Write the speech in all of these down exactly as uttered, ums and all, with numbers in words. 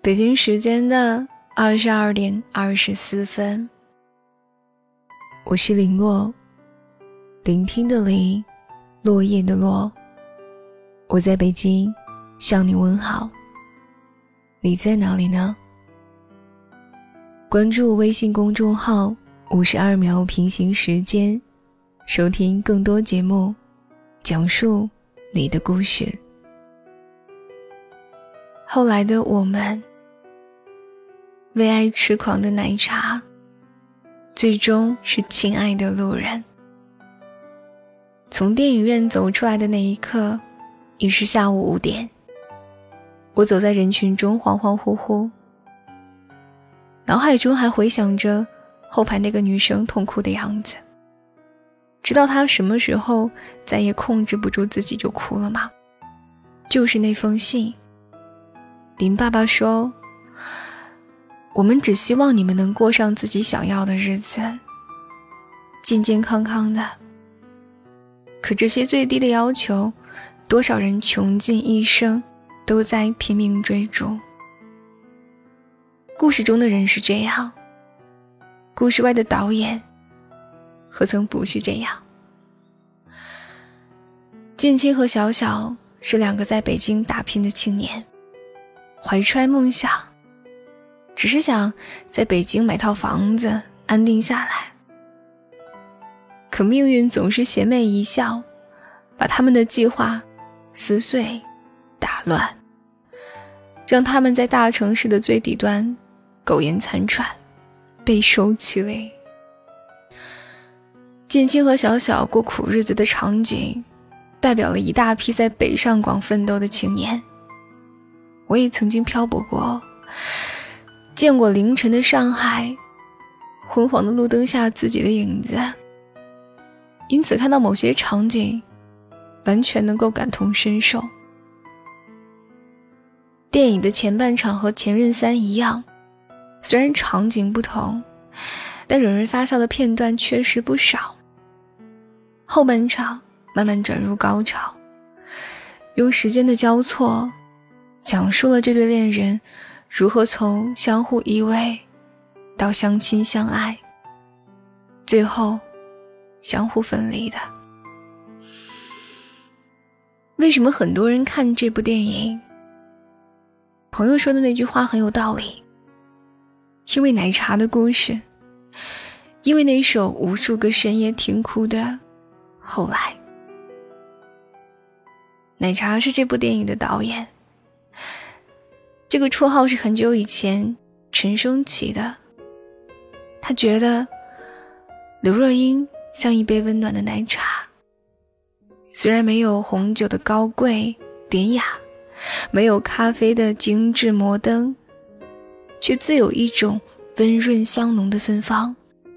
北京时间的二十二点二十四分，我是林落，聆听的聆，落叶的落。我在北京向你问好，你在哪里呢？关注微信公众号五十二秒平行时间，收听更多节目，讲述你的故事。后来的我们，为爱痴狂的奶茶，最终是亲爱的路人。从电影院走出来的那一刻，已是下午五点。我走在人群中恍恍惚惚，脑海中还回想着后排那个女生痛哭的样子。知道她什么时候再也控制不住自己就哭了吗？就是那封信。林爸爸说，我们只希望你们能过上自己想要的日子，健健康康的。可这些最低的要求，多少人穷尽一生都在拼命追逐。故事中的人是这样，故事外的导演何曾不是这样？建青和小小是两个在北京打拼的青年，怀揣梦想，只是想在北京买套房子安定下来。可命运总是邪魅一笑，把他们的计划撕碎打乱，让他们在大城市的最底端苟延残喘，备受气馁。建青和小小过苦日子的场景，代表了一大批在北上广奋斗的青年。我也曾经漂泊过，见过凌晨的上海，昏黄的路灯下自己的影子，因此看到某些场景，完全能够感同身受。电影的前半场和前任三一样，虽然场景不同，但惹人发笑的片段确实不少。后半场慢慢转入高潮，用时间的交错讲述了这对恋人如何从相互依偎到相亲相爱，最后相互分离的。为什么很多人看这部电影？朋友说的那句话很有道理，因为奶茶的故事，因为那首无数个深夜听哭的后来。奶茶是这部电影的导演，这个绰号是很久以前陈升起的。他觉得刘若英像一杯温暖的奶茶，虽然没有红酒的高贵典雅，没有咖啡的精致摩登，却自有一种温润香浓的芬芳。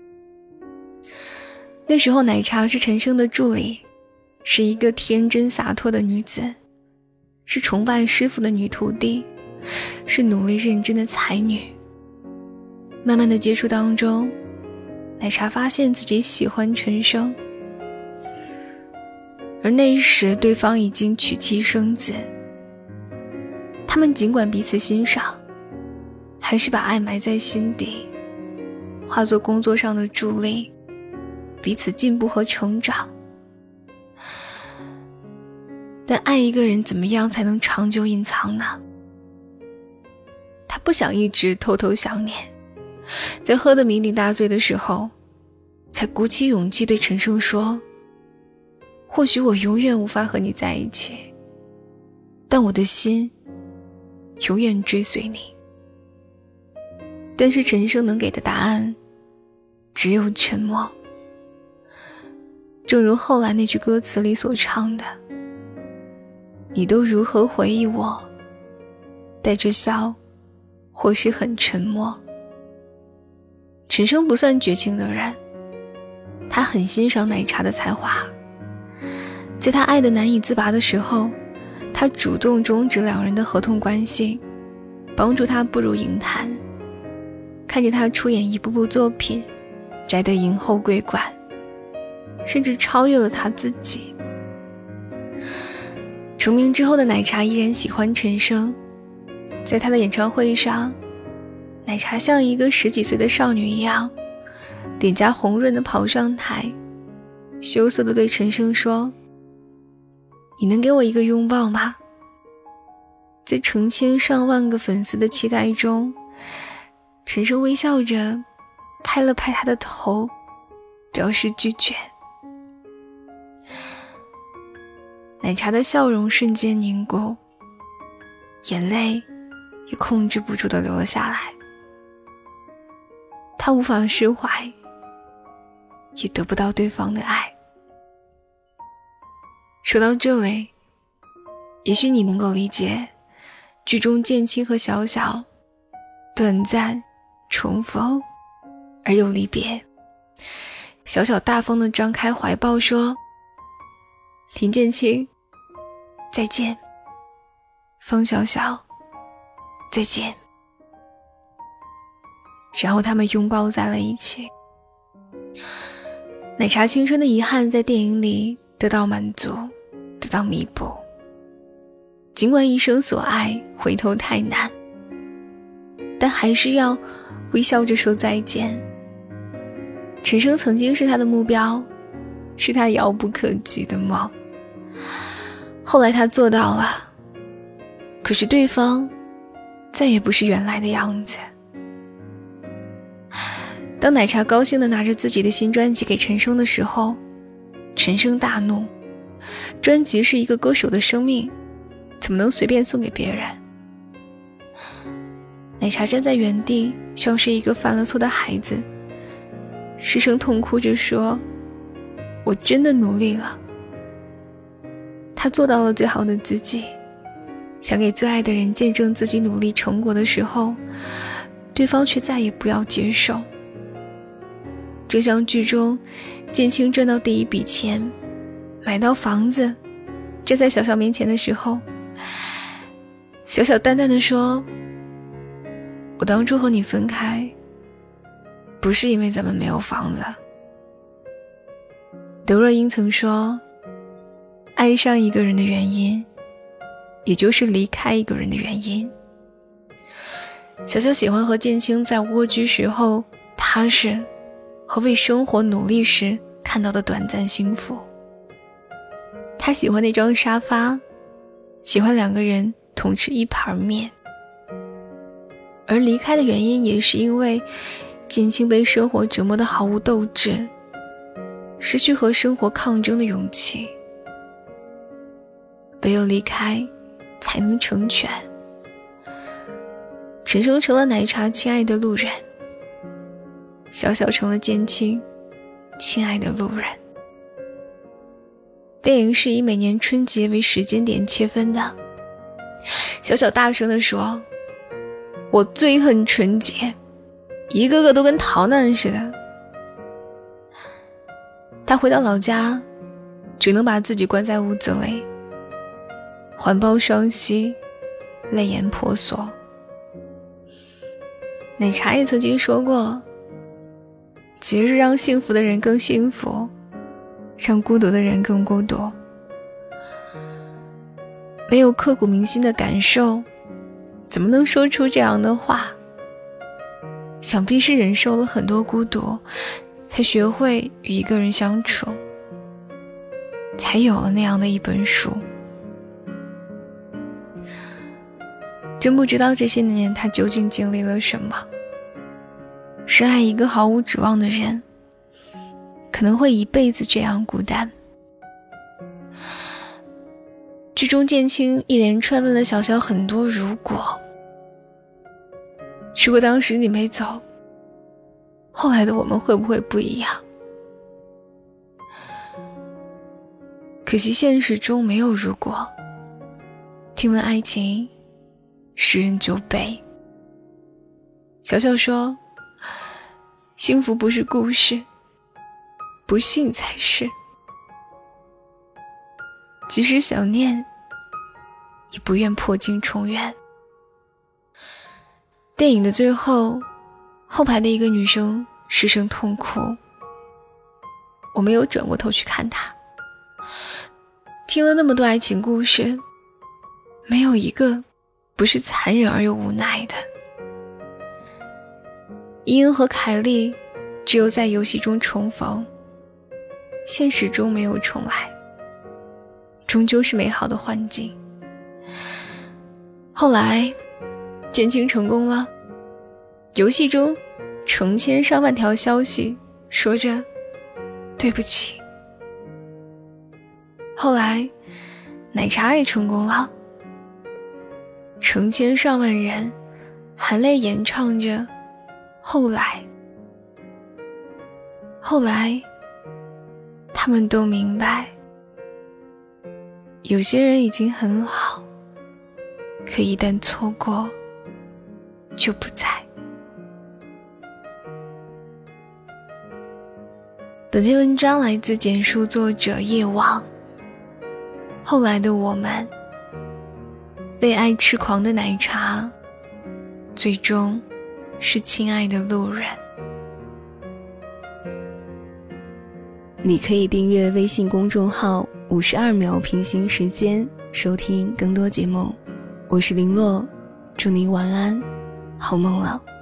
那时候奶茶是陈升的助理，是一个天真洒脱的女子，是崇拜师傅的女徒弟，是努力认真的才女。慢慢的接触当中，奶茶发现自己喜欢陈升，而那时对方已经娶妻生子。他们尽管彼此欣赏，还是把爱埋在心底，化作工作上的助力，彼此进步和成长。但爱一个人怎么样才能长久隐藏呢？他不想一直偷偷想念，在喝得酩酊大醉的时候，才鼓起勇气对陈升说，或许我永远无法和你在一起，但我的心永远追随你。但是陈升能给的答案只有沉默。正如后来那句歌词里所唱的，你都如何回忆我，带着笑或是很沉默。陈升不算绝情的人，他很欣赏奶茶的才华。在他爱得难以自拔的时候，他主动终止两人的合同关系，帮助他步入影坛。看着他出演一部部作品，摘得影后桂冠，甚至超越了他自己。成名之后的奶茶依然喜欢陈升， 在他的演唱会上，奶茶像一个十几岁的少女一样，脸颊红润地跑上台，羞涩地对陈升说：你能给我一个拥抱吗？在成千上万个粉丝的期待中，陈升微笑着拍了拍他的头，表示拒绝。奶茶的笑容瞬间凝固，眼泪也控制不住地流了下来。他无法释怀，也得不到对方的爱。说到这里，也许你能够理解剧中建青和小小短暂重逢而又离别。小小大方地张开怀抱说：林建青再见，方小小再见。然后他们拥抱在了一起。奶茶青春的遗憾在电影里得到满足，得到弥补。尽管一生所爱回头太难，但还是要微笑着说再见。陈升曾经是他的目标，是他遥不可及的梦。后来他做到了，可是对方再也不是原来的样子。当奶茶高兴地拿着自己的新专辑给陈升的时候，陈升大怒，专辑是一个歌手的生命，怎么能随便送给别人？奶茶站在原地，像是一个犯了错的孩子，失声痛哭着说：我真的努力了。他做到了最好的自己，想给最爱的人见证自己努力成果的时候，对方却再也不要接受。就像剧中建青赚到第一笔钱，买到房子，站在小小面前的时候，小小淡淡地说：我当初和你分开，不是因为咱们没有房子。刘若英曾说，爱上一个人的原因，也就是离开一个人的原因。小小喜欢和建青在蜗居时候踏实和为生活努力时看到的短暂幸福。他喜欢那张沙发，喜欢两个人同吃一盘面。而离开的原因也是因为建青被生活折磨得毫无斗志，失去和生活抗争的勇气。唯有离开才能成全。陈升成了奶茶亲爱的路人，小小成了建青亲爱的路人。电影是以每年春节为时间点切分的。小小大声地说：我最恨春节，一个个都跟逃难似的。他回到老家，只能把自己关在屋子里，环抱双膝，泪眼婆娑。奶茶也曾经说过，节日让幸福的人更幸福，让孤独的人更孤独。没有刻骨铭心的感受，怎么能说出这样的话？想必是忍受了很多孤独，才学会与一个人相处，才有了那样的一本书。真不知道这些年他究竟经历了什么。深爱一个毫无指望的人，可能会一辈子这样孤单。剧中建青一连串问了小小很多如果。如果当时你没走，后来的我们会不会不一样？可惜现实中没有如果。听闻爱情，世人就悲。小小说，幸福不是故事，不幸才是。即使想念，也不愿破镜重圆。电影的最后，后排的一个女生失声痛哭，我没有转过头去看她。听了那么多爱情故事，没有一个不是残忍而又无奈的。伊恩和凯莉只有在游戏中重逢，现实中没有重来，终究是美好的幻境。后来建青成功了，游戏中成千上万条消息说着对不起。后来奶茶也成功了，成千上万人含泪演唱着后来。后来他们都明白，有些人已经很好，可一旦错过就不在。本篇文章来自简述作者夜望。后来的我们，为爱痴狂的奶茶，最终是亲爱的路人。 你可以订阅微信公众号五十二秒平行时间，收听更多节目。我是林洛，祝你晚安，好梦了。